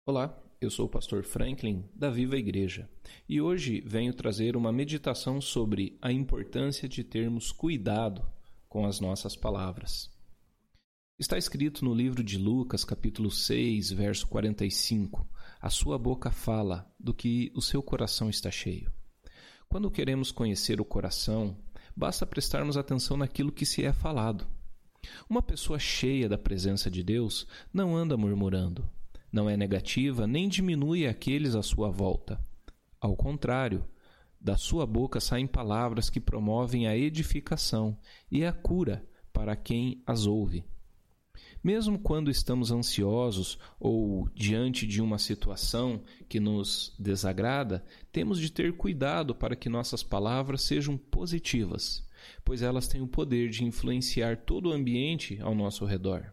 Olá, eu sou o pastor Franklin, da Viva Igreja, e hoje venho trazer uma meditação sobre a importância de termos cuidado com as nossas palavras. Está escrito no livro de Lucas, capítulo 6, verso 45, a sua boca fala do que o seu coração está cheio. Quando queremos conhecer o coração, basta prestarmos atenção naquilo que se é falado. Uma pessoa cheia da presença de Deus não anda murmurando. Não é negativa nem diminui aqueles à sua volta. Ao contrário, da sua boca saem palavras que promovem a edificação e a cura para quem as ouve. Mesmo quando estamos ansiosos ou diante de uma situação que nos desagrada, temos de ter cuidado para que nossas palavras sejam positivas, pois elas têm o poder de influenciar todo o ambiente ao nosso redor.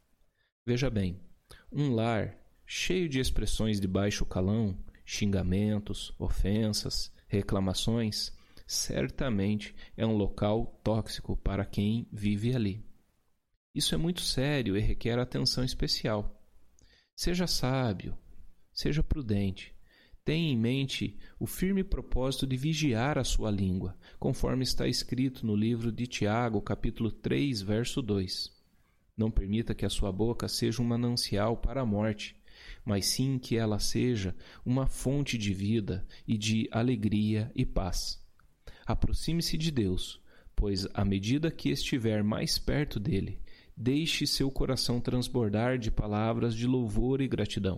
Veja bem, um lar cheio de expressões de baixo calão, xingamentos, ofensas, reclamações, certamente é um local tóxico para quem vive ali. Isso é muito sério e requer atenção especial. Seja sábio, seja prudente. Tenha em mente o firme propósito de vigiar a sua língua, conforme está escrito no livro de Tiago, capítulo 3, verso 2. Não permita que a sua boca seja um manancial para a morte, mas sim que ela seja uma fonte de vida e de alegria e paz. Aproxime-se de Deus, pois à medida que estiver mais perto dele, deixe seu coração transbordar de palavras de louvor e gratidão.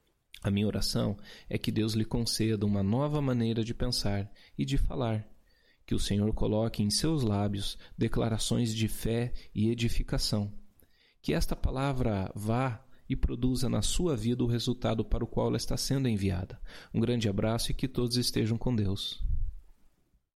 A minha oração é que Deus lhe conceda uma nova maneira de pensar e de falar, que o Senhor coloque em seus lábios declarações de fé e edificação, que esta palavra vá e produza na sua vida o resultado para o qual ela está sendo enviada. Um grande abraço e que todos estejam com Deus.